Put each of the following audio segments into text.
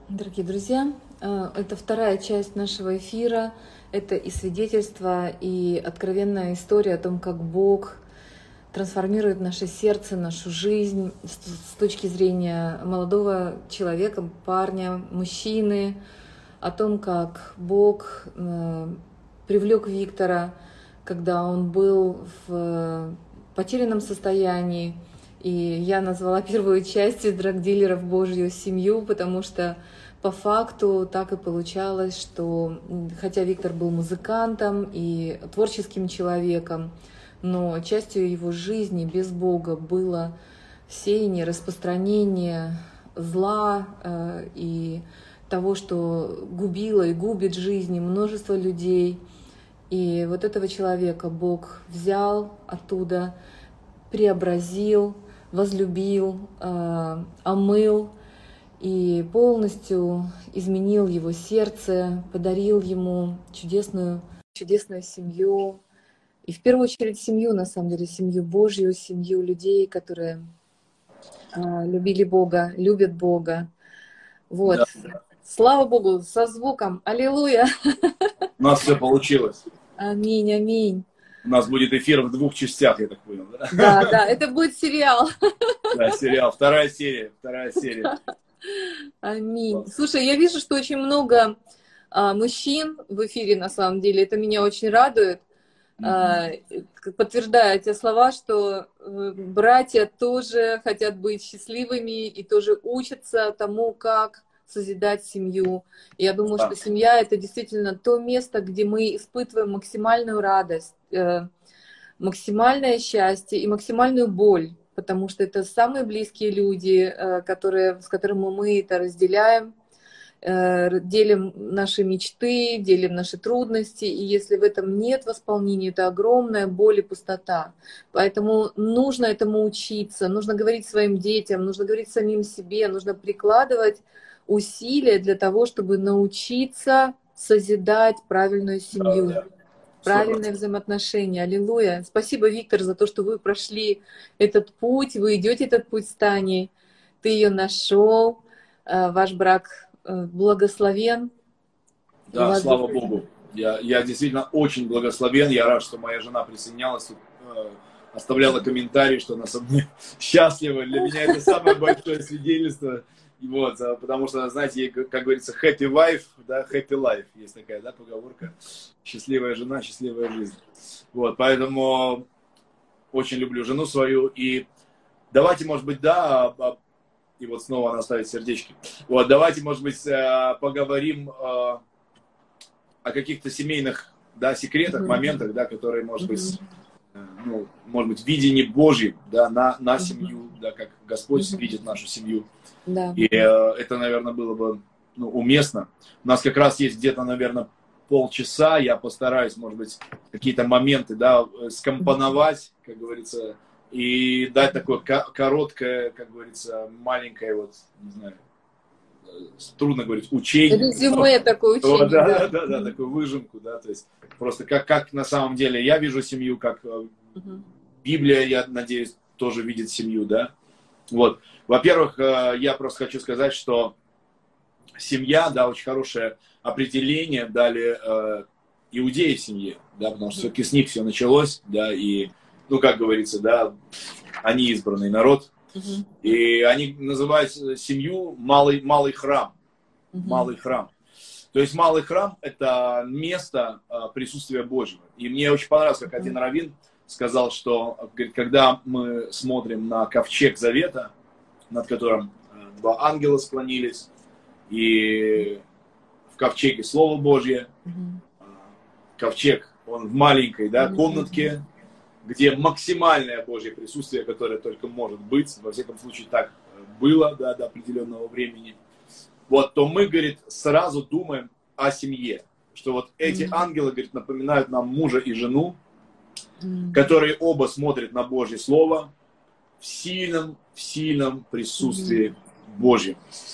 Дорогие друзья, это вторая часть нашего эфира. Это и свидетельство, и откровенная история о том, как Бог трансформирует наше сердце, нашу жизнь с точки зрения молодого человека, парня, мужчины, о том, как Бог привлек Виктора, когда он был в потерянном состоянии. И я назвала первую часть из драгдилеров Божью семью, потому что по факту так и получалось, что хотя Виктор был музыкантом и творческим человеком, но частью его жизни без Бога было сеяние, распространение зла и того, что губило и губит жизни множество людей. И вот этого человека Бог взял оттуда, преобразил, возлюбил, омыл и полностью изменил его сердце, подарил ему чудесную семью. И в первую очередь семью, на самом деле, семью Божью, семью людей, которые любили Бога, любят Бога. Вот. Да. Слава Богу, со звуком. Аллилуйя! У нас все получилось. Аминь, аминь. У нас будет эфир в 2 частях, я так понял, да? Да, это будет сериал. Да, сериал. Вторая серия. Аминь. Слушай, я вижу, что очень много мужчин в эфире, на самом деле. Это меня очень радует. Подтверждая те слова, что братья тоже хотят быть счастливыми и тоже учатся тому, как созидать семью. И я думаю, что семья — это действительно то место, где мы испытываем максимальную радость, максимальное счастье и максимальную боль, потому что это самые близкие люди, с которыми мы это разделяем, делим наши мечты, делим наши трудности, и если в этом нет восполнения, это огромная боль и пустота. Поэтому нужно этому учиться, нужно говорить своим детям, нужно говорить самим себе, нужно прикладывать усилия для того, чтобы научиться созидать правильную семью, правильные взаимоотношения. Аллилуйя. Спасибо, Виктор, за то, что вы прошли этот путь, вы идете этот путь с Таней, ты ее нашел, ваш брак благословен. Да, слава Богу. Я действительно очень благословен. Я рад, что моя жена присоединялась, оставляла комментарий, что она со мной счастлива. Для меня это самое большое свидетельство. Вот, потому что, знаете, как говорится, happy wife, да, happy life. Есть такая, да, поговорка. Счастливая жена, счастливая жизнь. Вот, поэтому очень люблю жену свою. И давайте, может быть, да, и вот снова она ставит сердечки. Вот, давайте, может быть, поговорим о каких-то семейных, да, секретах, моментах, да, которые, может быть, может быть, видение Божье, да, на семью, да, как Господь видит нашу семью. Да. И это, наверное, было бы уместно. У нас как раз есть где-то, наверное, полчаса. Я постараюсь, может быть, какие-то моменты, да, скомпоновать, как говорится, и дать такое короткое, как говорится, маленькое, вот, не знаю, трудно говорить, учение. Резюме такое учение. Да, такую выжимку, да, то есть просто как на самом деле я вижу семью, как Библия, я надеюсь, тоже видит семью, да. Вот. Во-первых, я просто хочу сказать, что семья, да, очень хорошее определение дали иудеи в семье, да, потому что все-таки с них все началось, да, и, ну, как говорится, да, они избранный народ, и они называют семью малый храм, малый храм. То есть малый храм — это место присутствия Божьего. И мне очень понравилось, как один раввин сказал, что, говорит, когда мы смотрим на ковчег завета, над которым 2 ангела склонились, и в ковчеге Слово Божье, ковчег, он в маленькой, да, комнатке, где максимальное Божье присутствие, которое только может быть, во всяком случае так было, да, до определенного времени, вот, то мы, говорит, сразу думаем о семье, что вот эти ангелы, говорит, напоминают нам мужа и жену, которые оба смотрят на Божье Слово в сильном присутствии Божьем.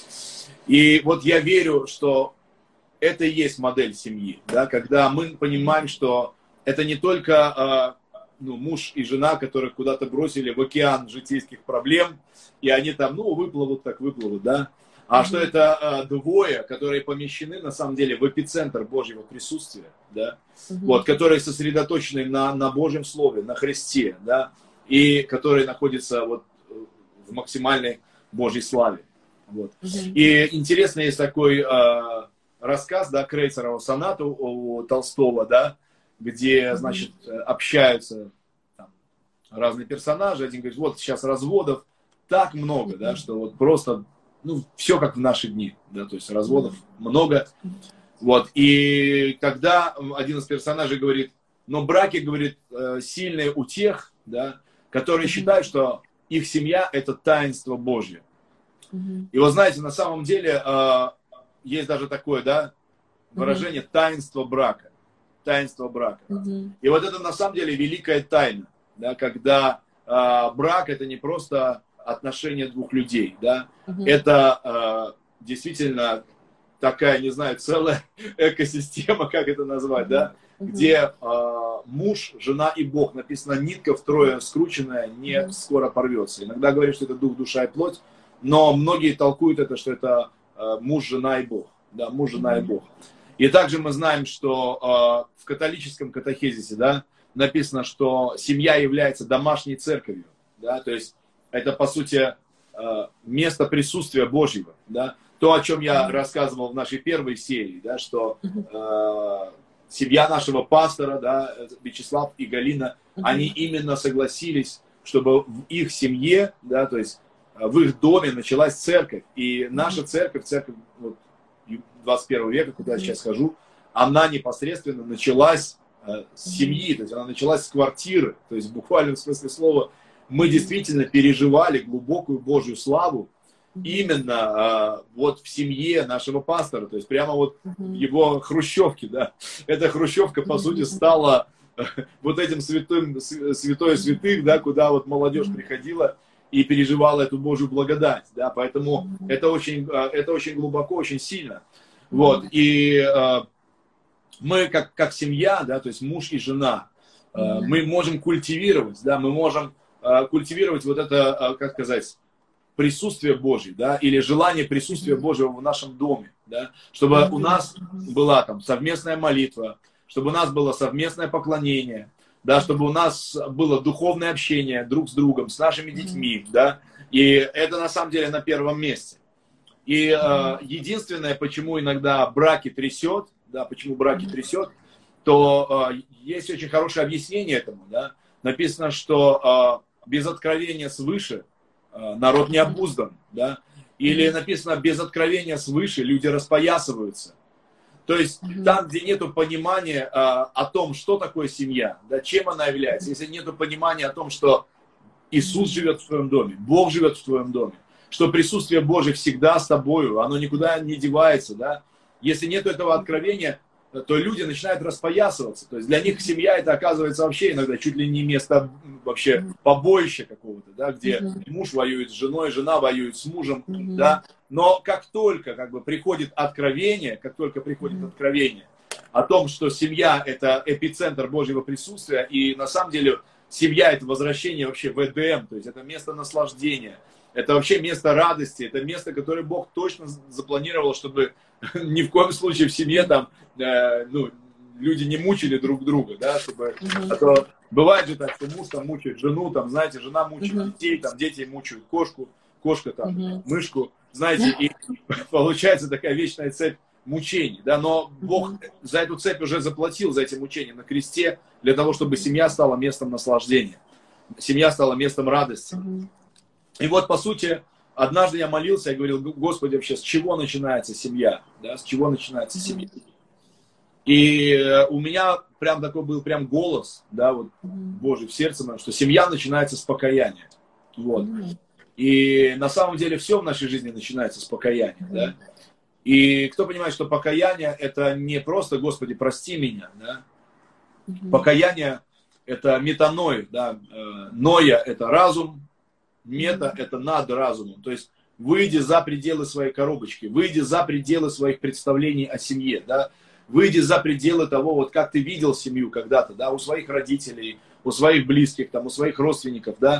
И вот я верю, что это и есть модель семьи, да, когда мы понимаем, что это не только муж и жена, которых куда-то бросили в океан житейских проблем, и они там, выплывут, так выплывут, да, а что это двое, которые помещены на самом деле в эпицентр Божьего присутствия, да, вот, которые сосредоточены на Божьем Слове, на Христе, да, и которые находятся вот в максимальной Божьей славе. Вот. И интересно, есть такой рассказ, да, Крейцерова сонату у Толстого, да, где, значит, общаются там разные персонажи. Один говорит, вот сейчас разводов так много, да, что вот просто, ну, все как в наши дни, да, то есть разводов много. Вот, и когда один из персонажей говорит, но браки, говорит, сильные у тех, да, которые считают, что их семья – это таинство Божье. И вот знаете, на самом деле есть даже такое, да, выражение таинство брака. Таинство брака. И вот это на самом деле великая тайна, да, когда брак – это не просто отношения двух людей, да, это действительно такая, не знаю, целая экосистема, как это назвать, да, где муж, жена и Бог, написано, нитка втрое скрученная, не скоро порвется. Иногда говорят, что это дух, душа и плоть, но многие толкуют это, что это муж, жена и Бог. Да, муж, жена и Бог. И также мы знаем, что в католическом катехизисе, да, написано, что семья является домашней церковью. Да, то есть это, по сути, место присутствия Божьего. Да. То, о чем я рассказывал в нашей первой серии, да, что семья нашего пастора, да, Вячеслав и Галина, они именно согласились, чтобы в их семье, да, то есть в их доме началась церковь. И наша церковь, церковь вот, 21 века, куда я сейчас хожу, она непосредственно началась с семьи, то есть она началась с квартиры. То есть в буквальном смысле слова мы действительно переживали глубокую Божью славу именно вот в семье нашего пастора, то есть прямо вот в его хрущевке, да. Эта хрущевка, по сути, стала вот этим святое святых, да, куда вот молодежь приходила и переживала эту Божью благодать, да, поэтому это очень глубоко, очень сильно. Вот, и мы как семья, да, то есть муж и жена, мы можем культивировать, да, мы можем культивировать вот это, как сказать, присутствие Божье, да, или желание присутствия Божьего в нашем доме, да, чтобы у нас была там совместная молитва, чтобы у нас было совместное поклонение, да, чтобы у нас было духовное общение друг с другом, с нашими детьми, да, и это на самом деле на первом месте. И единственное, почему иногда браки трясет, да, почему браки трясет, то есть очень хорошее объяснение этому, да, написано, что без откровения свыше народ не обуздан, да, или написано, без откровения свыше люди распоясываются. То есть там, где нету понимания о том, что такое семья, да, чем она является, если нету понимания о том, что Иисус живет в твоем доме, Бог живет в твоем доме, что присутствие Божие всегда с тобою, оно никуда не девается, да, если нету этого откровения, то люди начинают распоясываться. То есть для них семья это оказывается вообще иногда чуть ли не место вообще побоища какого-то, да, где муж воюет с женой, жена воюет с мужем, да. Но как только как бы приходит откровение, о том, что семья это эпицентр Божьего присутствия, и на самом деле семья это возвращение вообще в Эдем, то есть это место наслаждения. Это вообще место радости, это место, которое Бог точно запланировал, чтобы ни в коем случае в семье там, ну, люди не мучили друг друга, да, чтобы, а то бывает же так, что муж там мучает жену, там, знаете, жена мучает детей, там, дети мучают кошку, кошка там, мышку, знаете, и получается такая вечная цепь мучений, да, но Бог за эту цепь уже заплатил, за эти мучения на кресте, для того, чтобы семья стала местом наслаждения, семья стала местом радости. И вот, по сути, однажды я молился, я говорил, Господи, вообще, с чего начинается семья? Да, с чего начинается семья? И у меня прям такой был прям голос, да, вот, Божий в сердце моем, что семья начинается с покаяния. Вот. И на самом деле все в нашей жизни начинается с покаяния, да. И кто понимает, что покаяние это не просто, Господи, прости меня, да. Покаяние это метаноя, да. Ноя это разум, мета – это над разумом. То есть выйди за пределы своей коробочки, выйди за пределы своих представлений о семье, да? Выйди за пределы того, вот как ты видел семью когда-то, да, у своих родителей, у своих близких, там, у своих родственников, да?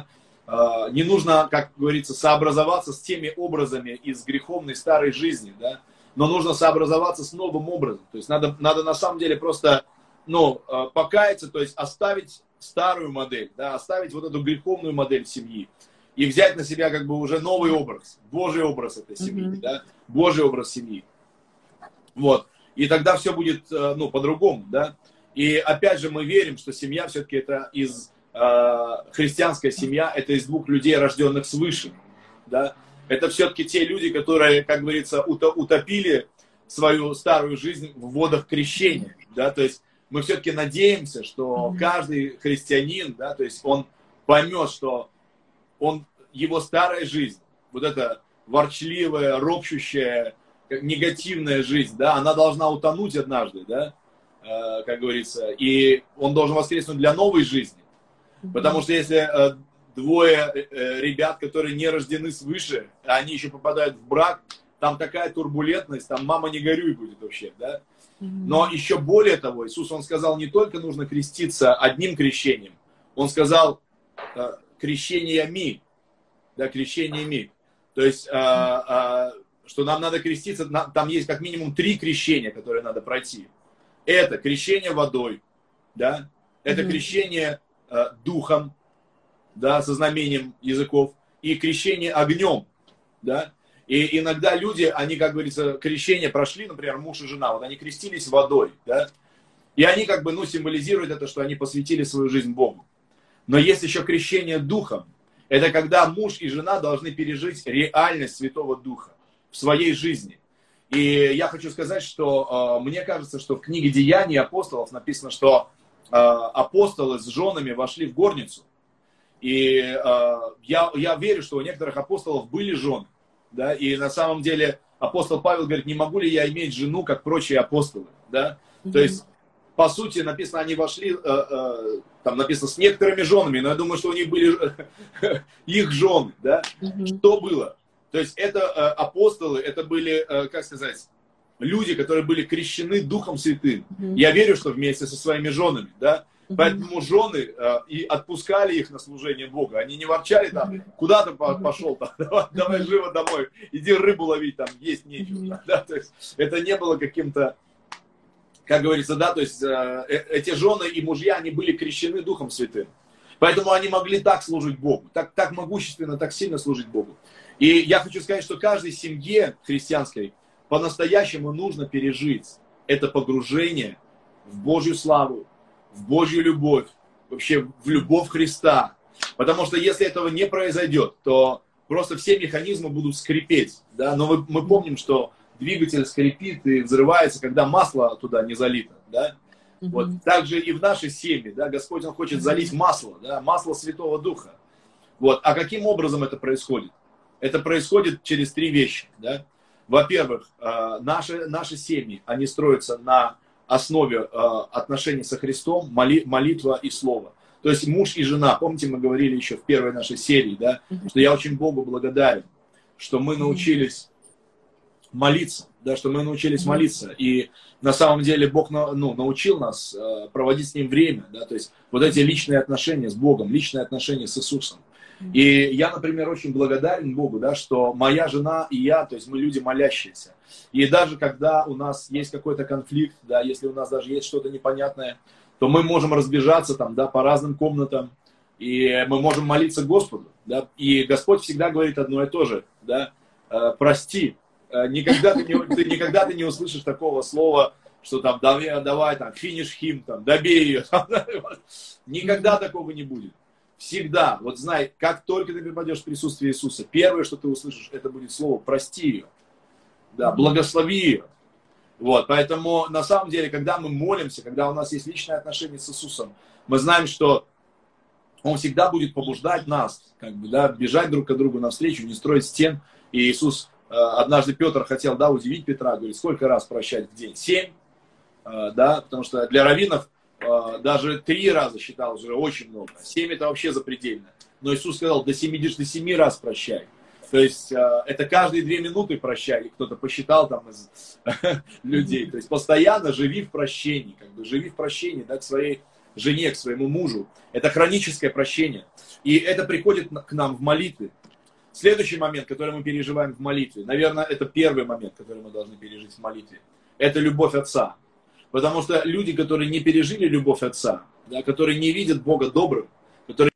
не нужно, как говорится, сообразоваться с теми образами из греховной старой жизни, да, но нужно сообразоваться с новым образом. То есть надо на самом деле просто, покаяться, то есть оставить старую модель, да, оставить вот эту греховную модель семьи и взять на себя как бы уже новый образ, Божий образ этой семьи, да, Божий образ семьи. Вот. И тогда все будет, по-другому, да. И опять же мы верим, что семья все-таки это христианская семья, это из двух людей, рожденных свыше, да. Это все-таки те люди, которые, как говорится, утопили свою старую жизнь в водах крещения, да, то есть мы все-таки надеемся, что каждый христианин, да, то есть он поймет, что его старая жизнь, вот эта ворчливая, ропщущая, негативная жизнь, да, она должна утонуть однажды, да, как говорится, и он должен воскреснуть для новой жизни. Потому что если двое ребят, которые не рождены свыше, они еще попадают в брак, там такая турбулентность, там мама не горюй будет вообще, да. Но еще более того, Иисус, Он сказал, не только нужно креститься одним крещением, Он сказал крещениями, да, крещениями. То есть, что нам надо креститься, там есть как минимум 3 крещения, которые надо пройти. Это крещение водой, да, это крещение духом, да, со знамением языков, и крещение огнем, да. И иногда люди, они, как говорится, крещение прошли, например, муж и жена, вот они крестились водой, да, и они как бы, символизируют это, что они посвятили свою жизнь Богу. Но есть еще крещение духом. Это когда муж и жена должны пережить реальность Святого Духа в своей жизни. И я хочу сказать, что мне кажется, что в книге Деяний апостолов написано, что апостолы с женами вошли в горницу. И я верю, что у некоторых апостолов были жены. Да? И на самом деле апостол Павел говорит, не могу ли я иметь жену, как прочие апостолы. Да? То есть, по сути, написано, они вошли, там написано, с некоторыми женами, но я думаю, что у них были их жены. Да? Что было? То есть это апостолы, это были, как сказать, люди, которые были крещены Духом Святым. Я верю, что вместе со своими женами, да. Поэтому жены и отпускали их на служение Бога. Они не ворчали там, куда ты пошел, там, давай живо домой, иди рыбу ловить, там есть нечего. Да? То есть это не было каким-то, как говорится, да, то есть эти жены и мужья, они были крещены Духом Святым. Поэтому они могли так служить Богу, так могущественно, так сильно служить Богу. И я хочу сказать, что каждой семье христианской по-настоящему нужно пережить это погружение в Божью славу, в Божью любовь, вообще в любовь Христа. Потому что если этого не произойдет, то просто все механизмы будут скрипеть. Да? Но мы помним, что двигатель скрипит и взрывается, когда масло туда не залито. Да? Вот. Также и в нашей семье, да, Господь, Он хочет залить масло, да, масло Святого Духа. Вот. А каким образом это происходит? Это происходит через 3 вещи. Да? Во-первых, наши семьи, они строятся на основе отношений со Христом, молитва и слово. То есть муж и жена, помните, мы говорили еще в первой нашей серии, да, что я очень Богу благодарен, что мы научились молиться, да, что мы научились молиться. И на самом деле Бог научил нас проводить с Ним время, да, то есть вот эти личные отношения с Богом, личные отношения с Иисусом. И я, например, очень благодарен Богу, да, что моя жена и я, то есть мы люди молящиеся. И даже когда у нас есть какой-то конфликт, да, если у нас даже есть что-то непонятное, то мы можем разбежаться там, да, по разным комнатам, и мы можем молиться Господу. Да, и Господь всегда говорит одно и то же, да, прости. Никогда ты не услышишь такого слова, что там давай там финиш хим, там, добей ее. Там, да, никогда такого не будет. Всегда, вот знай, как только ты попадешь в присутствие Иисуса, первое, что ты услышишь, это будет слово «прости ее», да, «благослови ее». Вот, поэтому на самом деле, когда мы молимся, когда у нас есть личное отношение с Иисусом, мы знаем, что Он всегда будет побуждать нас, как бы, да, бежать друг к другу навстречу, не строить стен. И Иисус, однажды Петр хотел, да, удивить Петра, говорит, сколько раз прощать в день? 7, да, потому что для раввинов даже 3 раза считал уже очень много. 7 это вообще запредельно. Но Иисус сказал, до 7 раз прощай. То есть это каждые 2 минуты прощай. Кто-то посчитал там из людей. То есть постоянно живи в прощении. Как бы живи в прощении, да, к своей жене, к своему мужу. Это хроническое прощение. И это приходит к нам в молитве. Следующий момент, который мы переживаем в молитве, наверное, это первый момент, который мы должны пережить в молитве, это любовь Отца. Потому что люди, которые не пережили любовь Отца, да, которые не видят Бога добрым, которые...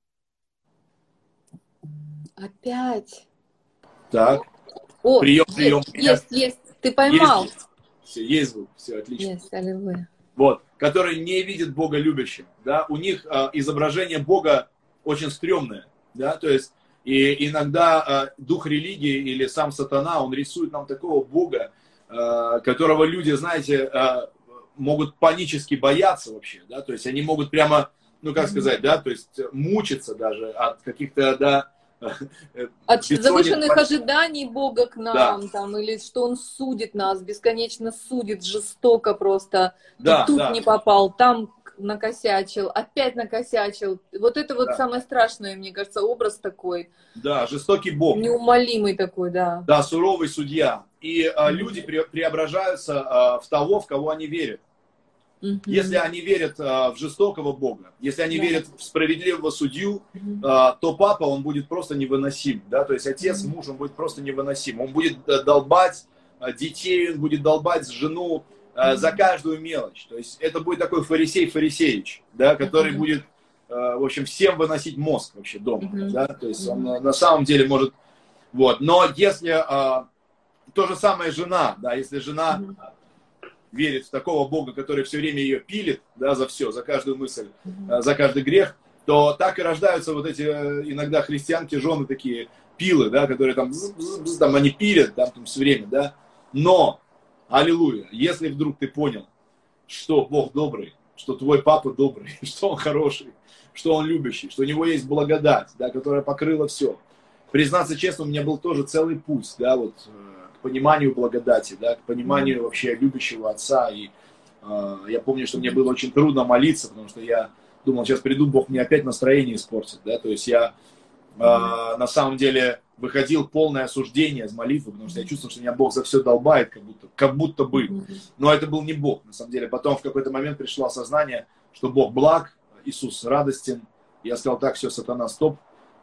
Опять. Так, О, прием. Есть. Ты поймал. Есть. Все, есть звук, все, отлично. Есть, аллилуйя. Вот, которые не видят Бога любящим, да, у них изображение Бога очень стрёмное, да, то есть и иногда дух религии или сам сатана, он рисует нам такого Бога, которого люди, знаете, могут панически бояться вообще, да, то есть они могут прямо, ну как сказать, да, то есть мучиться даже от каких-то, да, от завышенных ожиданий Бога к нам, да. там, или что Он судит нас, бесконечно судит, жестоко просто. Да, Ты тут да. не попал, там накосячил, опять накосячил. Вот это вот Да. самое страшное, мне кажется, образ такой. Да, жестокий Бог. Неумолимый такой, да. Да, суровый судья. И люди преображаются в того, в кого они верят. Если они верят в жестокого Бога, если они верят в справедливого судью, то папа, он будет просто невыносим. Да? То есть отец, муж, он будет просто невыносим. Он будет долбать детей, он будет долбать жену за каждую мелочь. То есть это будет такой фарисей Фарисеевич, да, который будет, в общем, всем выносить мозг вообще дома. Да? То есть он на самом деле может... Вот. Но если то же самое жена, да, если жена верит в такого Бога, который все время ее пилит, да, за все, за каждую мысль, за каждый грех, то так и рождаются вот эти иногда христианки, жены такие, пилы, да, которые там, там они пилят, да, там все время, да. Но, аллилуйя, если вдруг ты понял, что Бог добрый, что твой папа добрый, что он хороший, что он любящий, что у него есть благодать, да, которая покрыла все. Признаться честно, у меня был тоже целый путь, да, вот, к пониманию благодати, да, к пониманию вообще любящего Отца. И я помню, что мне было очень трудно молиться, потому что я думал, сейчас приду, Бог мне опять настроение испортит, да, то есть я на самом деле выходил полное осуждение из молитвы, потому что я чувствовал, что меня Бог за все долбает, как будто бы. Но это был не Бог, на самом деле. Потом в какой-то момент пришло осознание, что Бог благ, Иисус радостен. Я сказал, так, все, сатана, стоп,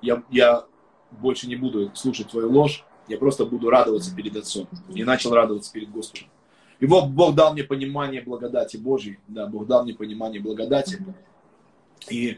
я больше не буду слушать твою ложь, я просто буду радоваться перед Отцом. И начал радоваться перед Господом. И Бог дал мне понимание благодати Божьей. Да, Бог дал мне понимание благодати. И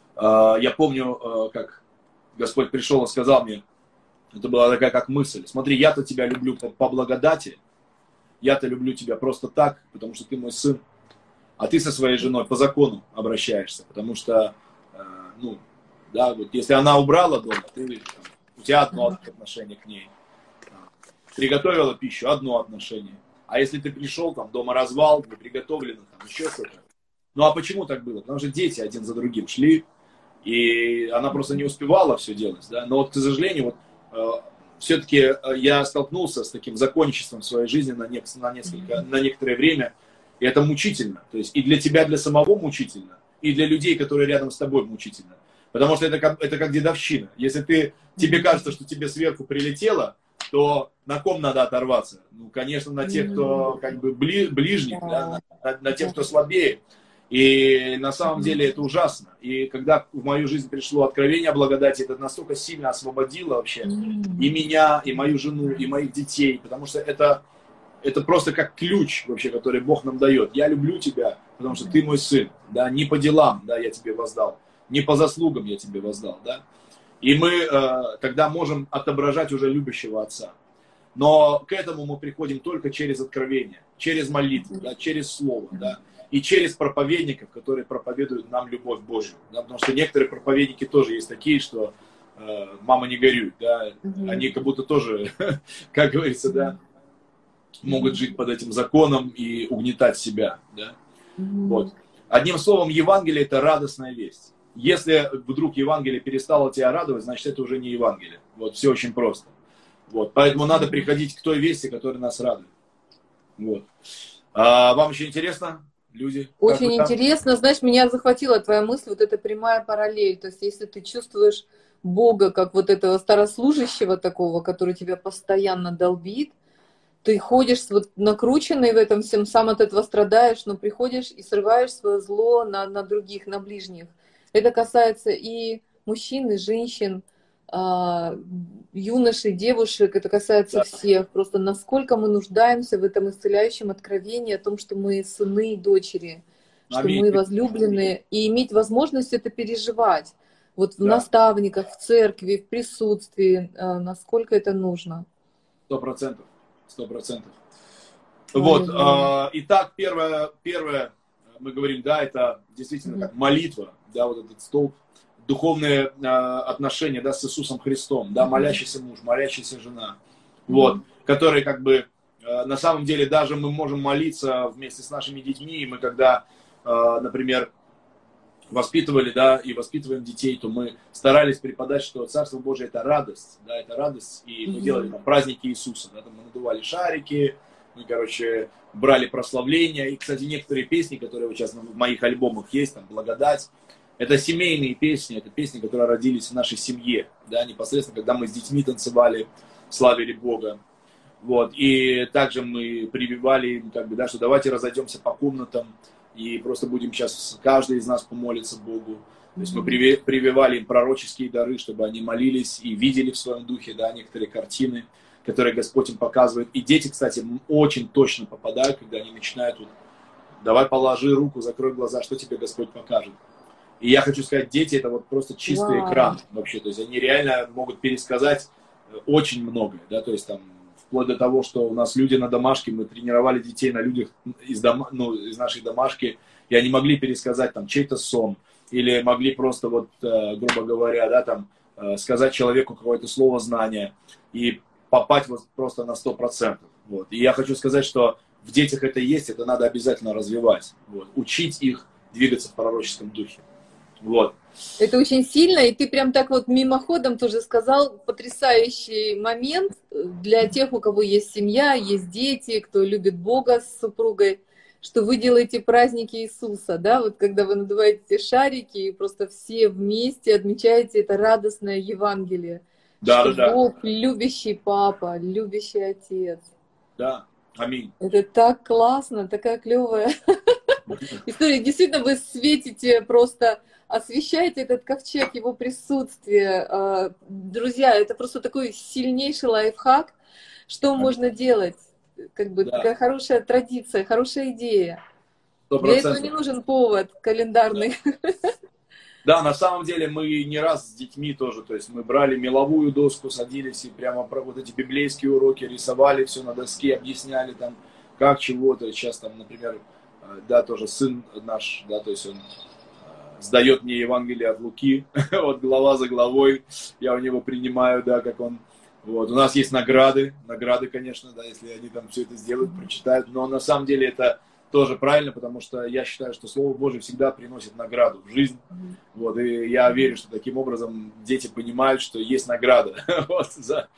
я помню, как Господь пришел и сказал мне, это была такая как мысль, смотри, я-то тебя люблю по благодати, я-то люблю тебя просто так, потому что ты мой сын, а ты со своей женой по закону обращаешься, потому что, ну, да, вот если она убрала дома, у тебя одно отношение к ней. Приготовила пищу, одно отношение. А если ты пришел, там, дома развал, не приготовлено, там, еще что-то. Ну, а почему так было? Потому что дети один за другим шли, и она просто не успевала все делать, да. Но вот, к сожалению, вот, все-таки я столкнулся с таким законничеством в своей жизни на некоторое время, и это мучительно. То есть и для тебя, для самого мучительно, и для людей, которые рядом с тобой мучительно. Потому что это как дедовщина. Если тебе кажется, что тебе сверху прилетело, то на ком надо оторваться? Ну, конечно, на тех, кто как бы ближних, да, на тех, кто слабее. И на самом деле это ужасно. И когда в мою жизнь пришло откровение о благодати, это настолько сильно освободило вообще и меня, и мою жену, и моих детей. Потому что это просто как ключ вообще, который Бог нам дает. Я люблю тебя, потому что ты мой сын. Да, не по делам, да, я тебе воздал. Не по заслугам я тебе воздал, да. И мы тогда можем отображать уже любящего Отца. Но к этому мы приходим только через откровение, через молитву, да, через Слово, да, и через проповедников, которые проповедуют нам любовь Божью. Да, потому что некоторые проповедники тоже есть такие, что мама не горюй, да, они как будто тоже, как говорится, да, могут жить под этим законом и угнетать себя. Да. Вот. Одним словом, Евангелие – это радостная весть. Если вдруг Евангелие перестало тебя радовать, значит, это уже не Евангелие. Вот, все очень просто. Вот, поэтому надо приходить к той вести, которая нас радует. Вот. Вам еще интересно, люди? Очень интересно. Знаешь, меня захватила твоя мысль, вот эта прямая параллель. То есть, если ты чувствуешь Бога как вот этого старослужащего такого, который тебя постоянно долбит, ты ходишь вот накрученный в этом всем, сам от этого страдаешь, но приходишь и срываешь свое зло на других, на ближних. Это касается и мужчин, и женщин, юношей, девушек, это касается Да. всех. Просто насколько мы нуждаемся в этом исцеляющем откровении о том, что мы сыны и дочери, что Аминь. мы возлюбленные, и иметь возможность это переживать. Вот в Да. наставниках, в церкви, в присутствии, насколько это нужно. 100%. 100%. Вот. Итак, первое, мы говорим, да, это действительно как молитва, да, вот этот столб, духовные отношения, да, с Иисусом Христом, да, молящийся муж, молящаяся жена, вот, которые как бы, на самом деле, даже мы можем молиться вместе с нашими детьми, и мы когда, например, воспитывали, да, и воспитываем детей, то мы старались преподать, что Царство Божие это радость, да, это радость, и мы делали там праздники Иисуса, да, там мы надували шарики, мы, короче, брали прославления, и, кстати, некоторые песни, которые вот сейчас в моих альбомах есть, там, «Благодать», это семейные песни, это песни, которые родились в нашей семье, да, непосредственно, когда мы с детьми танцевали, славили Бога, вот, и также мы прививали им, как бы, да, что давайте разойдемся по комнатам, и просто будем сейчас, каждый из нас помолиться Богу. То есть мы прививали им пророческие дары, чтобы они молились и видели в своем духе, да, некоторые картины, которые Господь им показывает. И дети, кстати, очень точно попадают, когда они начинают, вот, давай положи руку, закрой глаза, что тебе Господь покажет. И я хочу сказать, дети это вот просто чистый экран вообще. То есть они реально могут пересказать очень многое, да, то есть там вплоть до того, что у нас люди на домашке, мы тренировали детей на людях из нашей домашки, и они могли пересказать там чей-то сон, или могли просто, вот, грубо говоря, да, там, сказать человеку какое-то слово знания, и попасть вот просто на 100%. Вот. И я хочу сказать, что в детях это есть, это надо обязательно развивать, вот. Учить их двигаться в пророческом духе. Вот. Это очень сильно, и ты прям так вот мимоходом тоже сказал потрясающий момент для тех, у кого есть семья, есть дети, кто любит Бога с супругой, что вы делаете праздники Иисуса, да, вот когда вы надуваете эти шарики и просто все вместе отмечаете это радостное Евангелие, Да, что Бог любящий папа, любящий отец. Да, аминь. Это так классно, такая клевая история. Действительно, вы светите просто, освещаете этот ковчег, его присутствие. Друзья, это просто такой сильнейший лайфхак, что можно делать. Как бы такая хорошая традиция, хорошая идея. 100%. Для этого не нужен повод календарный. Да, на самом деле мы не раз с детьми тоже, то есть мы брали меловую доску, садились и прямо про вот эти библейские уроки рисовали все на доске, объясняли там, как чего-то. Сейчас там, например, да, тоже сын наш, да, то есть он сдает мне Евангелие от Луки, вот глава за главой, я у него принимаю, да, как он, вот, у нас есть награды, конечно, да, если они там все это сделают, прочитают, но на самом деле это тоже правильно, потому что я считаю, что Слово Божие всегда приносит награду в жизнь, вот, и я верю, что таким образом дети понимают, что есть награда, вот,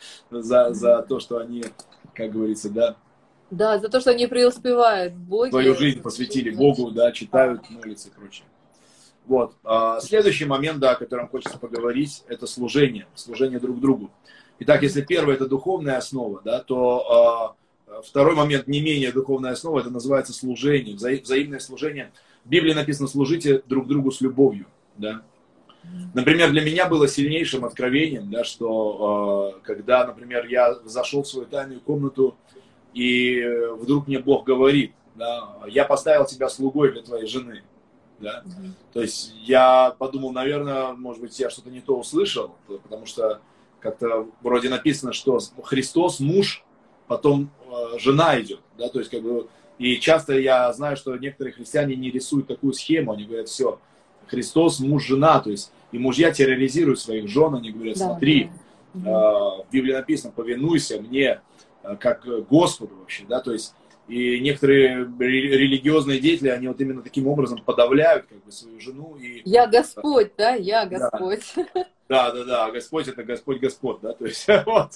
за то, что они, как говорится, да, да, за то, что они преуспевают в Боге. Свою жизнь посвятили Богу, да, читают, молятся и прочее. Вот. Следующий момент, да, о котором хочется поговорить, это служение друг другу. Итак, если первое это духовная основа, да, то второй момент, не менее духовная основа, это называется служение, взаимное служение. В Библии написано: служите друг другу с любовью, да. Например, для меня было сильнейшим откровением, да, что когда, например, я зашел в свою тайную комнату, и вдруг мне Бог говорит, да, я поставил тебя слугой для твоей жены. Да? То есть я подумал, наверное, может быть, я что-то не то услышал, потому что как-то вроде написано, что Христос муж, потом жена идет. Да? То есть, как бы, и часто я знаю, что некоторые христиане не рисуют такую схему, они говорят: все, Христос муж, жена, то есть и мужья терроризируют своих жен, они говорят: смотри, в Библии написано: повинуйся мне как Господу вообще, да, то есть и некоторые религиозные деятели, они вот именно таким образом подавляют как бы свою жену. И, я Господь, да, я Господь. Да, Господь это Господь, да, то есть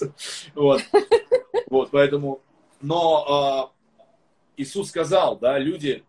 вот, поэтому, но Иисус сказал, да, люди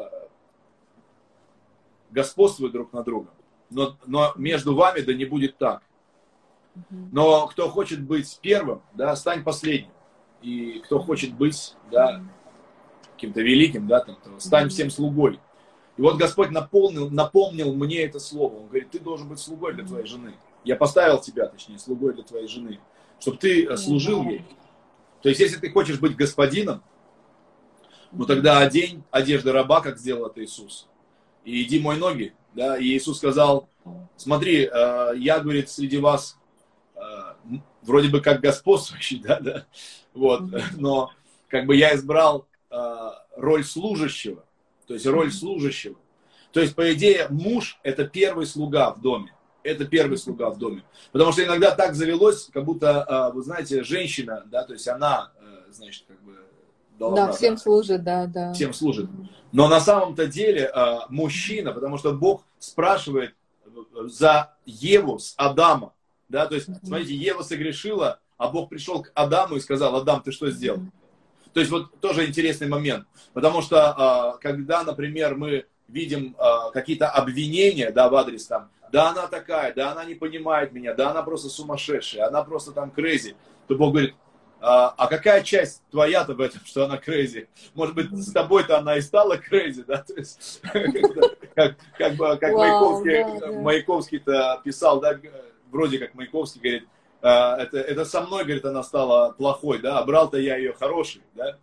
господствуют друг над другом, но между вами да не будет так. Но кто хочет быть первым, да, стань последним. и кто хочет быть, да, каким-то великим, да, там, то стань всем слугой. И вот Господь напомнил мне это слово. Он говорит, ты должен быть слугой для твоей жены. Я поставил тебя, точнее, слугой для твоей жены, чтобы ты служил ей. То есть, если ты хочешь быть господином, ну тогда одень одежды раба, как сделал это Иисус. И иди мой ноги. Да? И Иисус сказал, смотри, я, говорит, среди вас вроде бы как господствующий, да, вот, но как бы я избрал роль служащего, то есть роль служащего. То есть, по идее, муж – это первый слуга в доме. Это первый слуга в доме. Потому что иногда так завелось, как будто, вы знаете, женщина, да, то есть она, значит, как бы должна... Да, всем служит, да, да. Всем служит. Но на самом-то деле мужчина, потому что Бог спрашивает за Еву с Адама, да, то есть, смотрите, Ева согрешила, а Бог пришел к Адаму и сказал, Адам, ты что сделал? То есть, вот тоже интересный момент, потому что, когда, например, мы видим какие-то обвинения, да, в адрес там, да, она такая, да, она не понимает меня, да, она просто сумасшедшая, она просто там crazy, то Бог говорит, а какая часть твоя-то в этом, что она crazy? Может быть, с тобой-то она и стала crazy, да? То есть, как Маяковский-то писал, да, вроде как Маяковский говорит, это со мной, говорит, она стала плохой, да, а брал-то я ее хороший, да?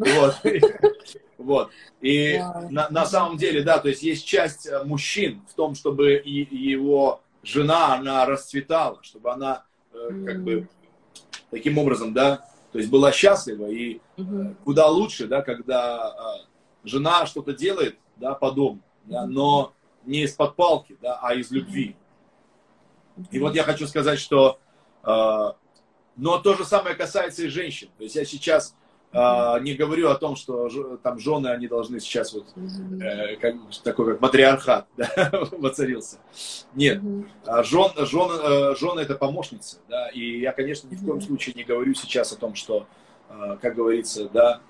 Вот. И на самом деле, да, то есть есть часть мужчин в том, чтобы его жена, она расцветала, чтобы она как бы таким образом, да, то есть была счастлива, и куда лучше, да, когда жена что-то делает, да, по дому, да, но не из-под палки, да, а из любви. И вот я хочу сказать, что, но то же самое касается и женщин. То есть я сейчас не говорю о том, что там жены, они должны сейчас вот, такой как матриархат, да, воцарился. Нет, жены это помощницы, да, и я, конечно, ни в коем случае не говорю сейчас о том, что, как говорится, да,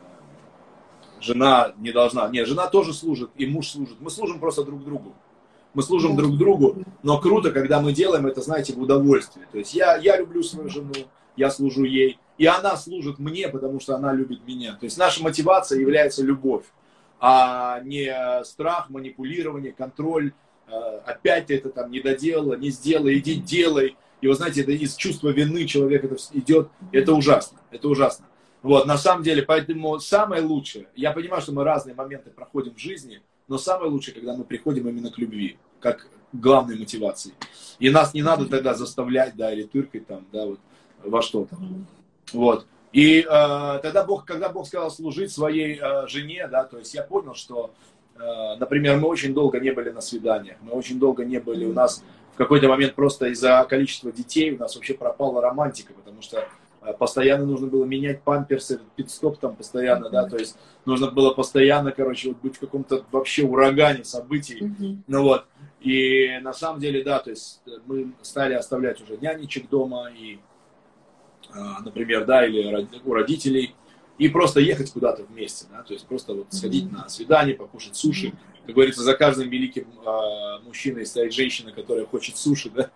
жена не должна. Нет, жена тоже служит, и муж служит. Мы служим просто друг другу. Мы служим друг другу, но круто, когда мы делаем это, знаете, в удовольствие. То есть я люблю свою жену, я служу ей, и она служит мне, потому что она любит меня. То есть наша мотивация является любовь, а не страх, манипулирование, контроль. Опять ты это там не доделала, не сделай, иди делай. И вы знаете, это из чувства вины человек это идет. Это ужасно, это ужасно. Вот, на самом деле, поэтому самое лучшее, я понимаю, что мы разные моменты проходим в жизни, но самое лучшее, когда мы приходим именно к любви, как к главной мотивации. И нас не надо тогда заставлять, да, или тыркать там, да, вот, во что-то. Вот. И тогда когда Бог сказал служить своей жене, да, то есть я понял, что, например, мы очень долго не были на свиданиях, мы очень долго не были, у нас в какой-то момент просто из-за количества детей у нас вообще пропала романтика, потому что постоянно нужно было менять памперсы, пит-стоп там постоянно, да, то есть нужно было постоянно, короче, вот быть в каком-то вообще урагане событий, ну вот, и на самом деле, да, то есть мы стали оставлять уже нянечек дома, и, например, да, или у родителей, и просто ехать куда-то вместе, да, то есть просто вот сходить на свидание, покушать суши, как говорится, за каждым великим мужчиной стоит женщина, которая хочет суши, да,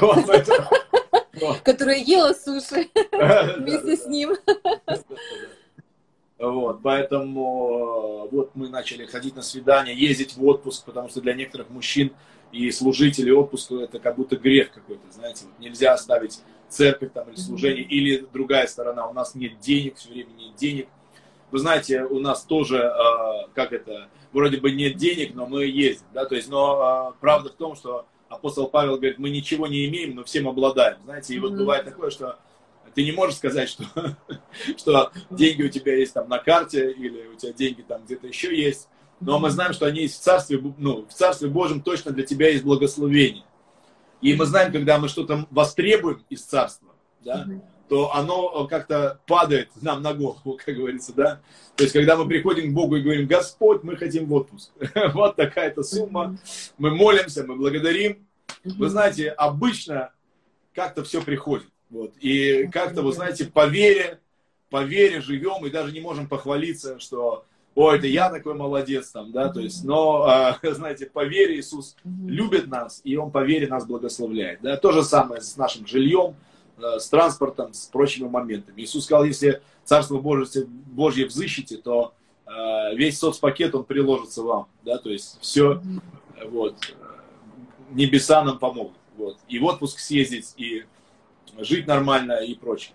которая ела суши вместе с ним. Вот, поэтому вот мы начали ходить на свидания, ездить в отпуск, потому что для некоторых мужчин и служителей отпуск это как будто грех какой-то, знаете, вот нельзя оставить церковь там или служение, или другая сторона, у нас нет денег, все время нет денег. Вы знаете, у нас тоже, как это, вроде бы нет денег, но мы ездим, да, то есть, но правда в том, что апостол Павел говорит, мы ничего не имеем, но всем обладаем, знаете, и вот бывает такое, что ты не можешь сказать, что деньги у тебя есть там на карте, или у тебя деньги там где-то еще есть, но мы знаем, что они есть в Царстве, ну, в Царстве Божьем точно для тебя есть благословение. И мы знаем, когда мы что-то востребуем из Царства, да, то оно как-то падает нам на голову, как говорится, да. То есть, когда мы приходим к Богу и говорим, Господь, мы хотим в отпуск. Вот такая-то сумма. Мы молимся, мы благодарим. Вы знаете, обычно как-то все приходит. Вот. И как-то, вы знаете, по вере живем и даже не можем похвалиться, что, ой, это я такой молодец там, да, то есть, но, знаете, по вере Иисус любит нас, и Он по вере нас благословляет, да. То же самое с нашим жильем, с транспортом, с прочими моментами. Иисус сказал, если Царство Божье взыщете, то весь соцпакет, он приложится вам, да, то есть все, вот, небеса нам помогут, вот, и в отпуск съездить, и жить нормально, и прочее.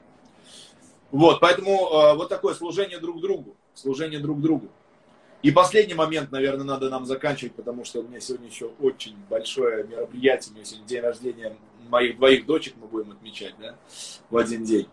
Вот, поэтому вот такое служение друг другу, служение друг другу. И последний момент, наверное, надо нам заканчивать, потому что у меня сегодня еще очень большое мероприятие, у меня сегодня день рождения моих двоих дочек мы будем отмечать, да, в один день.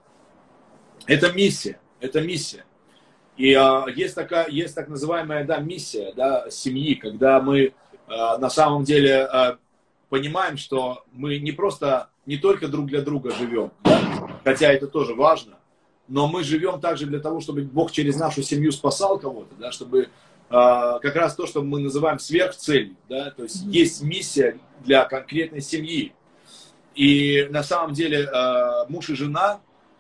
Это миссия, это миссия. И есть так называемая, да, миссия, да, семьи, когда мы на самом деле понимаем, что мы не только друг для друга живем, да, хотя это тоже важно, но мы живем также для того, чтобы Бог через нашу семью спасал кого-то, да, чтобы как раз то, что мы называем сверхцелью, да, то есть есть миссия для конкретной семьи. И на самом деле муж и жена,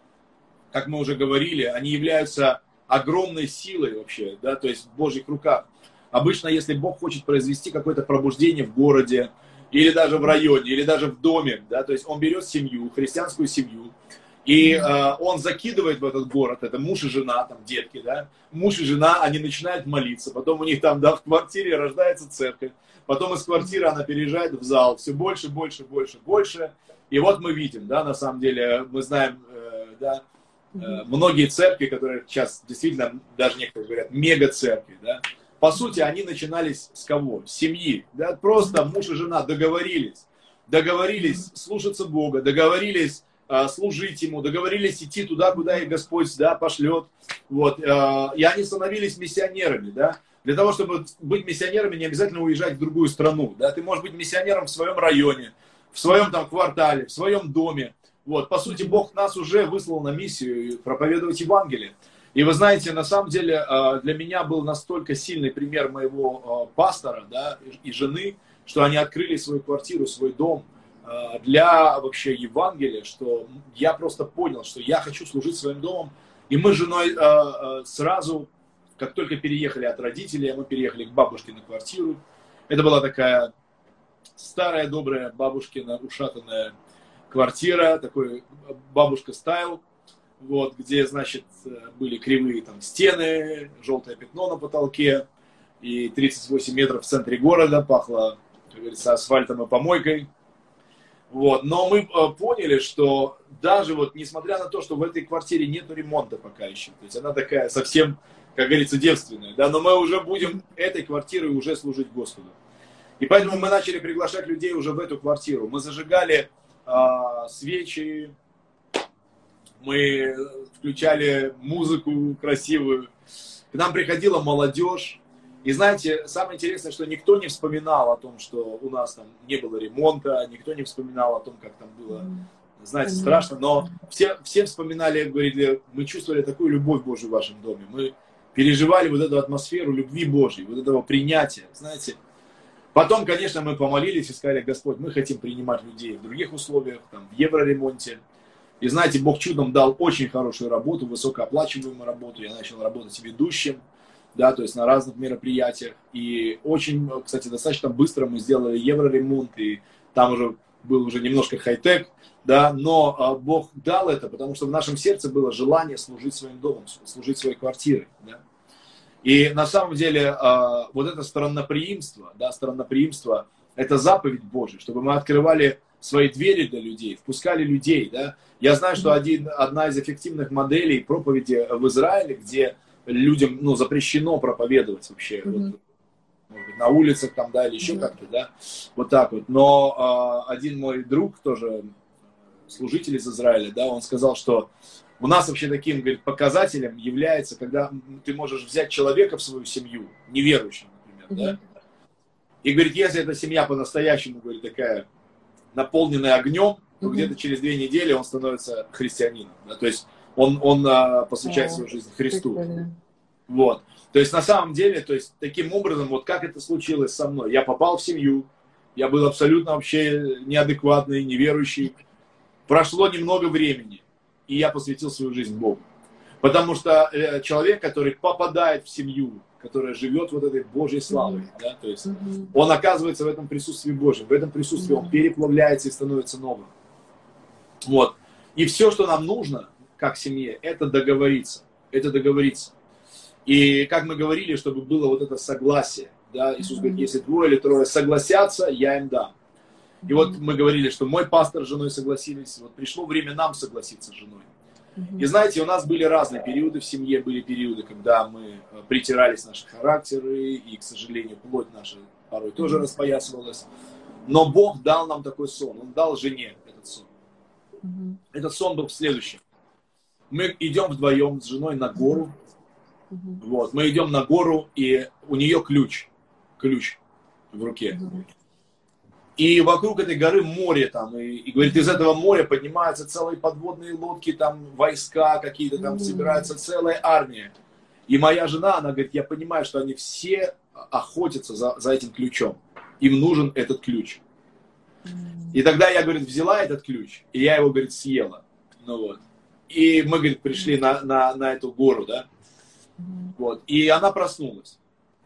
как мы уже говорили, они являются огромной силой вообще, да, то есть в Божьих руках. Обычно, если Бог хочет произвести какое-то пробуждение в городе, или даже в районе, или даже в доме, да, то есть он берет семью, христианскую семью, и он закидывает в этот город, это муж и жена, там детки, да, муж и жена, они начинают молиться, потом у них там, да, в квартире рождается церковь, потом из квартиры она переезжает в зал, все больше, больше, больше, больше, и вот мы видим, да, на самом деле, мы знаем, да, многие церкви, которые сейчас действительно, даже некоторые говорят, мега-церкви, да, по сути, они начинались с кого? С семьи, да, просто муж и жена договорились слушаться Бога, договорились служить Ему, договорились идти туда, куда их Господь, да, пошлет, вот, и они становились миссионерами, да. Для того, чтобы быть миссионерами, не обязательно уезжать в другую страну, да, ты можешь быть миссионером в своем районе, в своем там квартале, в своем доме. Вот, по сути, Бог нас уже выслал на миссию проповедовать Евангелие. И вы знаете, на самом деле, для меня был настолько сильный пример моего пастора, да, и жены, что они открыли свою квартиру, свой дом для вообще Евангелия, что я просто понял, что я хочу служить своим домом. И мы с женой сразу, как только переехали от родителей, мы переехали к бабушке на квартиру. Это была такая старая, добрая бабушкина, ушатанная квартира, такой бабушка-стайл, вот, где, значит, были кривые там стены, желтое пятно на потолке, и 38 метров в центре города, пахло, как говорится, асфальтом и помойкой. Вот. Но мы поняли, что даже вот, несмотря на то, что в этой квартире нет ремонта пока еще, то есть она такая совсем, как говорится, девственная, да, но мы уже будем этой квартирой уже служить Господу. И поэтому мы начали приглашать людей уже в эту квартиру. Мы зажигали свечи, мы включали музыку красивую, к нам приходила молодежь. И знаете, самое интересное, что никто не вспоминал о том, что у нас там не было ремонта, никто не вспоминал о том, как там было, знаете, страшно, но все вспоминали, говорили, мы чувствовали такую любовь Божию в вашем доме, мы переживали вот эту атмосферу любви Божьей, вот этого принятия, знаете. Потом, конечно, мы помолились и сказали, Господь, мы хотим принимать людей в других условиях, там, в евроремонте. И знаете, Бог чудом дал очень хорошую работу, высокооплачиваемую работу. Я начал работать ведущим, да, то есть на разных мероприятиях. И очень, кстати, достаточно быстро мы сделали евроремонт, и там уже был уже немножко хай-тек, да, но Бог дал это, потому что в нашем сердце было желание служить своим домом, служить своей квартирой, да. И на самом деле вот это странноприимство, да, странноприимство, это заповедь Божия, чтобы мы открывали свои двери для людей, впускали людей, да. Я знаю, что одна из эффективных моделей проповеди в Израиле, где людям, ну, запрещено проповедовать вообще, вот, может быть, на улицах там, да, или еще как-то, да, вот так вот. Но один мой друг, тоже служитель из Израиля, да, он сказал, что у нас вообще таким, говорит, показателем является, когда ты можешь взять человека в свою семью, неверующего, например, да, и, говорит, если эта семья по-настоящему, говорит, такая наполненная огнем, то где-то через 2 недели он становится христианином, да, то есть он посвящает свою жизнь Христу. Вот. То есть на самом деле, то есть таким образом, вот как это случилось со мной, я попал в семью, я был абсолютно вообще неадекватный, неверующий, прошло немного времени, и я посвятил свою жизнь Богу. Потому что человек, который попадает в семью, которая живет вот этой Божьей славой, да, то есть он оказывается в этом присутствии Божьем, в этом присутствии он переплавляется и становится новым. Вот. И все, что нам нужно, как семье, это договориться. Это договориться. И как мы говорили, чтобы было вот это согласие. Да? Иисус говорит, если 2 или 3 согласятся, я им дам. И вот мы говорили, что мой пастор с женой согласились. Вот пришло время нам согласиться с женой. И знаете, у нас были разные периоды в семье. Были периоды, когда мы притирались наши характеры. И, к сожалению, плоть наша порой тоже распоясывалась. Но Бог дал нам такой сон. Он дал жене этот сон. Этот сон был в следующем. Мы идем вдвоем с женой на гору. Вот, мы идем на гору, и у нее ключ в руке. И вокруг этой горы море там, и говорит, из этого моря поднимаются целые подводные лодки, там войска какие-то, там собирается целая армия. И моя жена, она говорит, я понимаю, что они все охотятся за этим ключом. Им нужен этот ключ. И тогда я, говорит, взяла этот ключ, и я его, говорит, съела. Ну вот. И мы, говорит, пришли на эту гору, да. Вот. И она проснулась.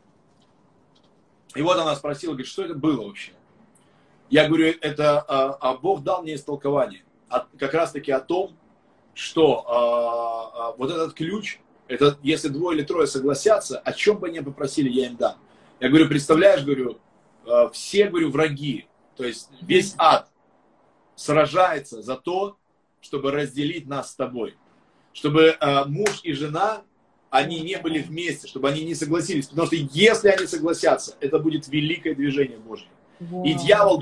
И вот она спросила, говорит, что это было вообще? Я говорю, это Бог дал мне истолкование. Как раз таки о том, что вот этот ключ, это, если 2 или 3 согласятся, о чем бы они попросили, я им дам. Я говорю, представляешь, говорю, все, говорю, враги, то есть весь ад сражается за то, чтобы разделить нас с тобой. Чтобы муж и жена, они не были вместе, чтобы они не согласились. Потому что если они согласятся, это будет великое движение Божье. И дьявол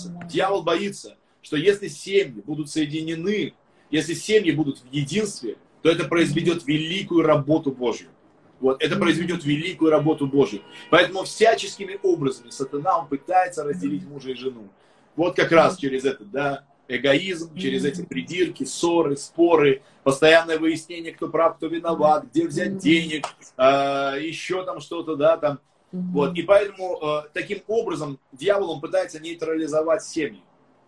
боится, что если семьи будут соединены, если семьи будут в единстве, то это произведет великую работу Божью. Вот, это произведет великую работу Божью. Поэтому всяческими образами сатана, он пытается разделить мужа и жену. Вот как раз через это, да, эгоизм, через эти придирки, ссоры, споры, постоянное выяснение, кто прав, кто виноват, где взять денег, еще там что-то, да, там. Вот. И поэтому таким образом дьявол, он пытается нейтрализовать семьи.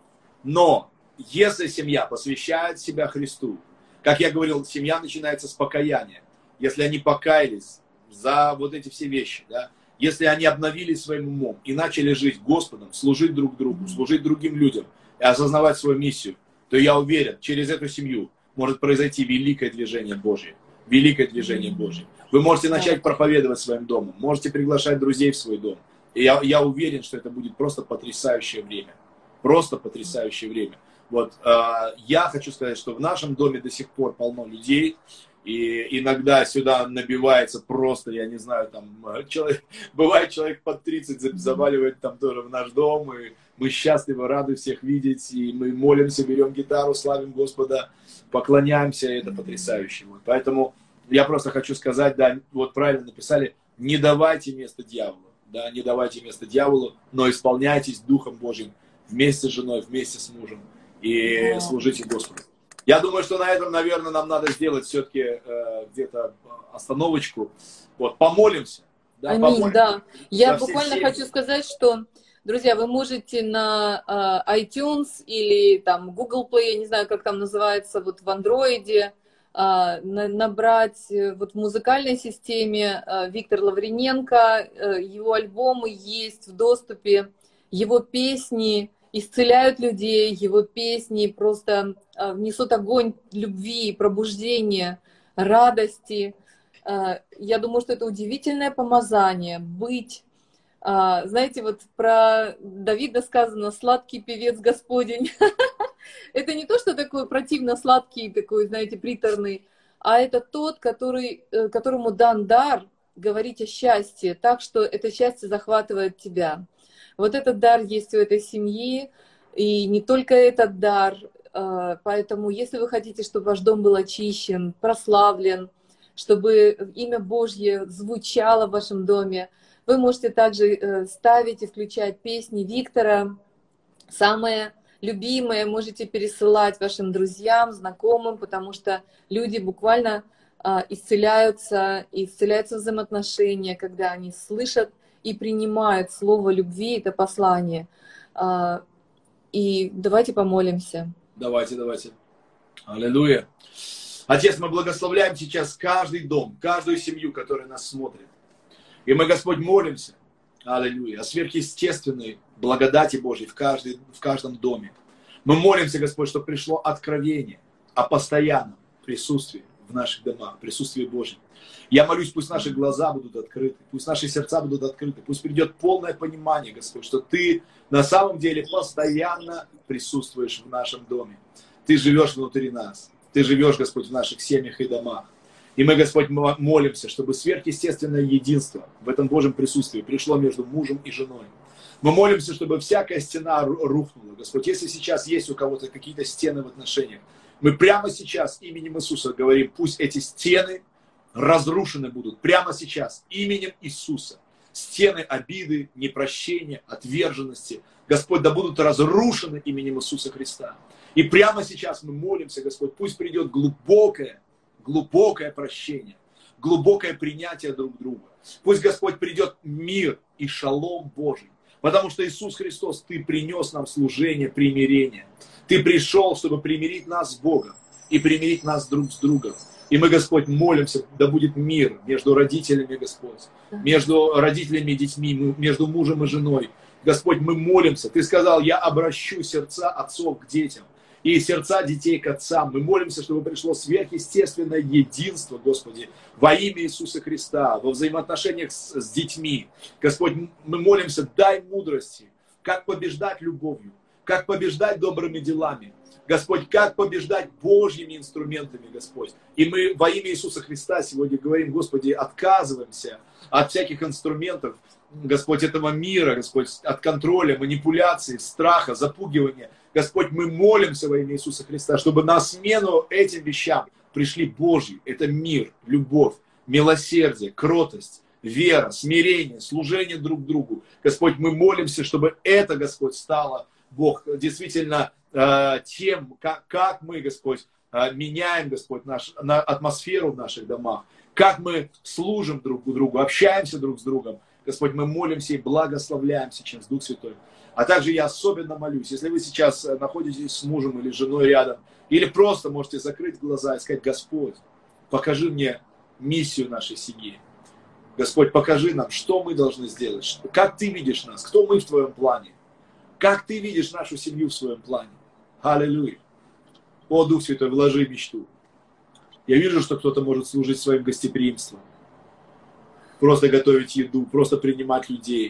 Но если семья посвящает себя Христу, как я говорил, семья начинается с покаяния. Если они покаялись за вот эти все вещи, да, если они обновились своим умом и начали жить Господом, служить друг другу, служить другим людям и осознавать свою миссию, то я уверен, через эту семью может произойти великое движение Божье. Великое движение Божье. Вы можете начать проповедовать своим домом, можете приглашать друзей в свой дом. И я уверен, что это будет просто потрясающее время. Просто потрясающее время. Вот, я хочу сказать, что в нашем доме до сих пор полно людей, и иногда сюда набивается просто, я не знаю, там, бывает человек под 30 заваливает там тоже в наш дом, и мы счастливы, рады всех видеть, и мы молимся, берем гитару, славим Господа, поклоняемся, и это потрясающе. Вот. Поэтому я просто хочу сказать, да, вот правильно написали, не давайте место дьяволу, да, не давайте место дьяволу, но исполняйтесь Духом Божьим вместе с женой, вместе с мужем, и служите Господу. Я думаю, что на этом, наверное, нам надо сделать все-таки где-то остановочку. Вот, помолимся. Да, аминь, помолимся. Да. Я буквально хочу сказать, что, друзья, вы можете на iTunes или там Google Play, я не знаю, как там называется, вот в Android, набрать вот в музыкальной системе Виктор Лавриненко, его альбомы есть в доступе, его песни исцеляют людей, его песни просто внесут огонь любви, пробуждения, радости. Я думаю, что это удивительное помазание, быть, знаете, вот про Давида сказано «сладкий певец Господень». Это не то, что такой противно сладкий, такой, знаете, приторный, а это тот, которому дан дар говорить о счастье, так что это счастье захватывает тебя. Вот этот дар есть у этой семьи, и не только этот дар. Поэтому, если вы хотите, чтобы ваш дом был очищен, прославлен, чтобы имя Божье звучало в вашем доме, вы можете также ставить и включать песни Виктора, самые любимые, можете пересылать вашим друзьям, знакомым, потому что люди буквально исцеляются взаимоотношения, когда они слышат и принимают слово любви, это послание. И давайте помолимся. Давайте. Аллилуйя. Отец, мы благословляем сейчас каждый дом, каждую семью, которая нас смотрит. И мы, Господь, молимся, аллилуйя, о сверхъестественной благодати Божьей в каждом доме. Мы молимся, Господь, чтобы пришло откровение о постоянном присутствии в наших домах, присутствии Божьем. Я молюсь, пусть наши глаза будут открыты, пусть наши сердца будут открыты, пусть придет полное понимание, Господь, что Ты на самом деле постоянно присутствуешь в нашем доме. Ты живешь внутри нас, Ты живешь, Господь, в наших семьях и домах. И мы, Господь, молимся, чтобы сверхъестественное единство в этом Божьем присутствии пришло между мужем и женой. Мы молимся, чтобы всякая стена рухнула. Господь, если сейчас есть у кого-то какие-то стены в отношениях, мы прямо сейчас именем Иисуса говорим, пусть эти стены разрушены будут. Прямо сейчас именем Иисуса. Стены обиды, непрощения, отверженности, Господь, да будут разрушены именем Иисуса Христа. И прямо сейчас мы молимся, Господь, пусть придет глубокое прощение, глубокое принятие друг друга. Пусть, Господь, придет мир и шалом Божий. Потому что Иисус Христос, Ты принес нам служение примирения. Ты пришел, чтобы примирить нас с Богом и примирить нас друг с другом. И мы, Господь, молимся, да будет мир между родителями, Господь, между родителями и детьми, между мужем и женой. Господь, мы молимся. Ты сказал, я обращу сердца отцов к детям и сердца детей к отцам. Мы молимся, чтобы пришло сверхъестественное единство, Господи, во имя Иисуса Христа, во взаимоотношениях с детьми. Господь, мы молимся, дай мудрости, как побеждать любовью, как побеждать добрыми делами. Господь, как побеждать Божьими инструментами, Господь. И мы во имя Иисуса Христа сегодня говорим, Господи, отказываемся от всяких инструментов, Господь, этого мира, Господь, от контроля, манипуляции, страха, запугивания. Господь, мы молимся во имя Иисуса Христа, чтобы на смену этим вещам пришли Божьи. Это мир, любовь, милосердие, кротость, вера, смирение, служение друг другу. Господь, мы молимся, чтобы это, Господь, стало, Бог, действительно тем, как мы, Господь, меняем, Господь, атмосферу в наших домах, как мы служим друг другу, общаемся друг с другом. Господь, мы молимся и благословляем сейчас, Дух Святой. А также я особенно молюсь, если вы сейчас находитесь с мужем или женой рядом, или просто можете закрыть глаза и сказать, Господь, покажи мне миссию нашей семьи. Господь, покажи нам, что мы должны сделать, как Ты видишь нас, кто мы в Твоем плане, как Ты видишь нашу семью в Своем плане. Аллилуйя. О, Дух Святой, вложи мечту. Я вижу, что кто-то может служить своим гостеприимством. Просто готовить еду, просто принимать людей.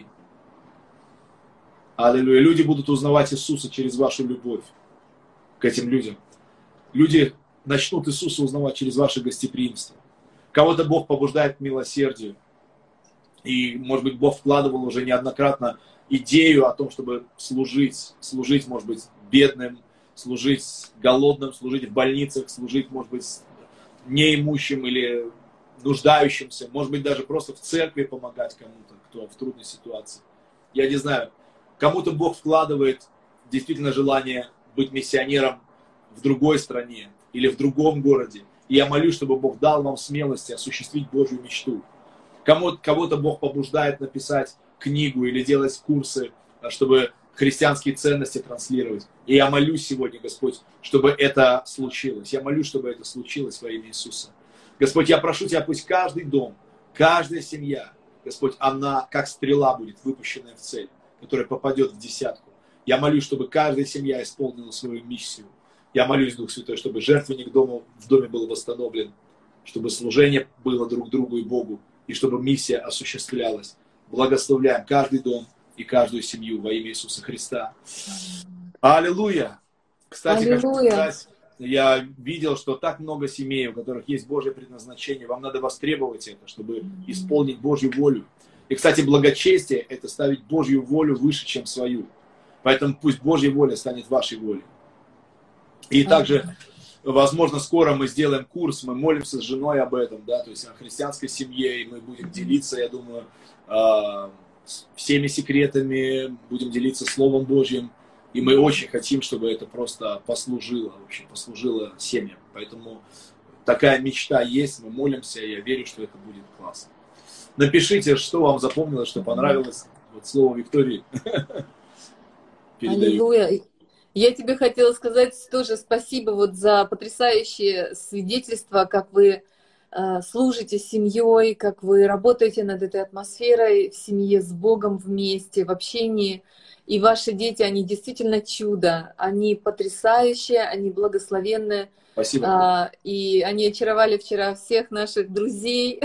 Аллилуйя. Люди будут узнавать Иисуса через вашу любовь к этим людям. Люди начнут Иисуса узнавать через ваше гостеприимство. Кого-то Бог побуждает к милосердию. И, может быть, Бог вкладывал уже неоднократно идею о том, чтобы служить, может быть, бедным, служить голодным, служить в больницах, служить, может быть, неимущим или нуждающимся, может быть, даже просто в церкви помогать кому-то, кто в трудной ситуации. Я не знаю, кому-то Бог вкладывает действительно желание быть миссионером в другой стране или в другом городе. И я молюсь, чтобы Бог дал вам смелости осуществить Божью мечту. Кого-то Бог побуждает написать книгу или делать курсы, чтобы христианские ценности транслировать. И я молюсь сегодня, Господь, чтобы это случилось. Я молюсь, чтобы это случилось во имя Иисуса. Господь, я прошу Тебя, пусть каждый дом, каждая семья, Господь, она как стрела будет выпущенная в цель, которая попадет в десятку. Я молюсь, чтобы каждая семья исполнила свою миссию. Я молюсь, Дух Святой, чтобы жертвенник в доме был восстановлен, чтобы служение было друг другу и Богу, и чтобы миссия осуществлялась. Благословляем каждый дом и каждую семью во имя Иисуса Христа. Аллилуйя! Кстати, Аллилуйя. хочу сказать, я видел, что так много семей, у которых есть Божье предназначение. Вам надо востребовать это, чтобы исполнить Божью волю. И, кстати, благочестие – это ставить Божью волю выше, чем свою. Поэтому пусть Божья воля станет вашей волей. И также, возможно, скоро мы сделаем курс, мы молимся с женой об этом, да, то есть о христианской семье, и мы будем делиться, я думаю, всеми секретами, будем делиться Словом Божьим. И мы очень хотим, чтобы это просто послужило семьям. Поэтому такая мечта есть, мы молимся, и я верю, что это будет классно. Напишите, что вам запомнилось, что понравилось. Вот слово Виктории. Аллилуйя. Я тебе хотела сказать тоже спасибо вот за потрясающее свидетельство, как вы служите семьей, как вы работаете над этой атмосферой в семье с Богом вместе, в общении. И ваши дети, они действительно чудо, они потрясающие, они благословенные. Спасибо. И они очаровали вчера всех наших друзей,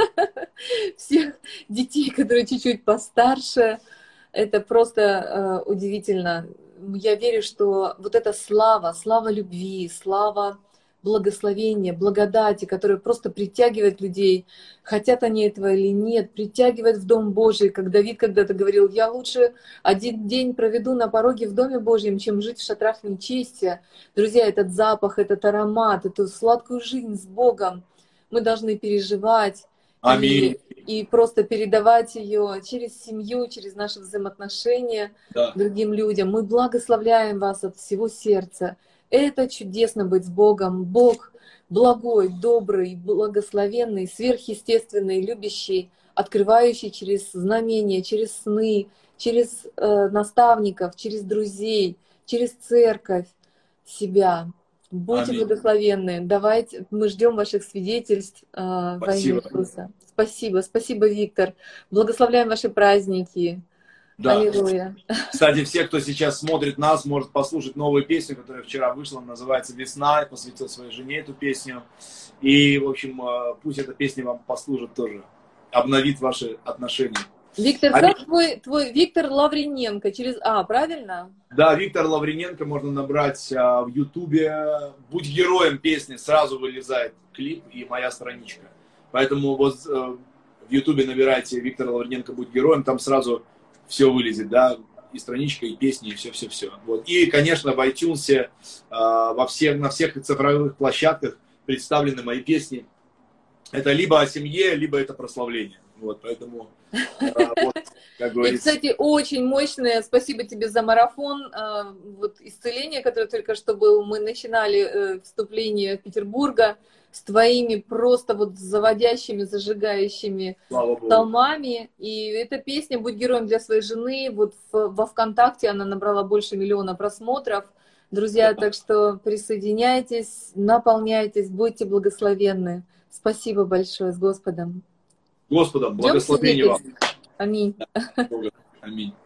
всех детей, которые чуть-чуть постарше. Это просто удивительно. Я верю, что вот эта слава любви, слава благословения, благодати, которая просто притягивает людей, хотят они этого или нет, притягивает в Дом Божий. Как Давид когда-то говорил: я лучше один день проведу на пороге в Доме Божьем, чем жить в шатрах нечестия. Друзья, этот запах, этот аромат, эту сладкую жизнь с Богом мы должны переживать. Аминь. И просто передавать ее через семью, через наши взаимоотношения другим людям. Мы благословляем вас от всего сердца. Это чудесно быть с Богом. Бог благой, добрый, благословенный, сверхъестественный, любящий, открывающий через знамения, через сны, через наставников, через друзей, через церковь себя. Будьте благословенны. Давайте, мы ждем ваших свидетельств во имя Иисуса. Спасибо, спасибо, Виктор. Благословляем ваши праздники. Да. Аллилуйя. Кстати, все, кто сейчас смотрит нас, может послушать новую песню, которая вчера вышла, называется «Весна». Я посвятил своей жене эту песню. И, в общем, пусть эта песня вам послужит тоже, обновит ваши отношения. Виктор, как твой Виктор Лавриненко через правильно? Да, Виктор Лавриненко можно набрать в Ютубе. «Будь героем» песни, сразу вылезает клип и моя страничка. Поэтому вот в Ютубе набирайте Виктор Лавриненко «Будь героем», там сразу все вылезет, да, и страничка, и песни, и все-все-все. Вот. И, конечно, в iTunes, на всех цифровых площадках представлены мои песни. Это либо о семье, либо это прославление. Вот, поэтому, вот, как говорится. И, кстати, очень мощное, спасибо тебе за марафон, вот исцеление, которое только что был. Мы начинали вступление Петербурга с твоими просто вот заводящими, зажигающими псалмами. И эта песня «Будь героем» для своей жены. Вот во ВКонтакте она набрала больше 1 миллиона просмотров. Друзья, так что присоединяйтесь, наполняйтесь, будьте благословенны. Спасибо большое, с Господом. Господом, благословения вам. Аминь. Аминь.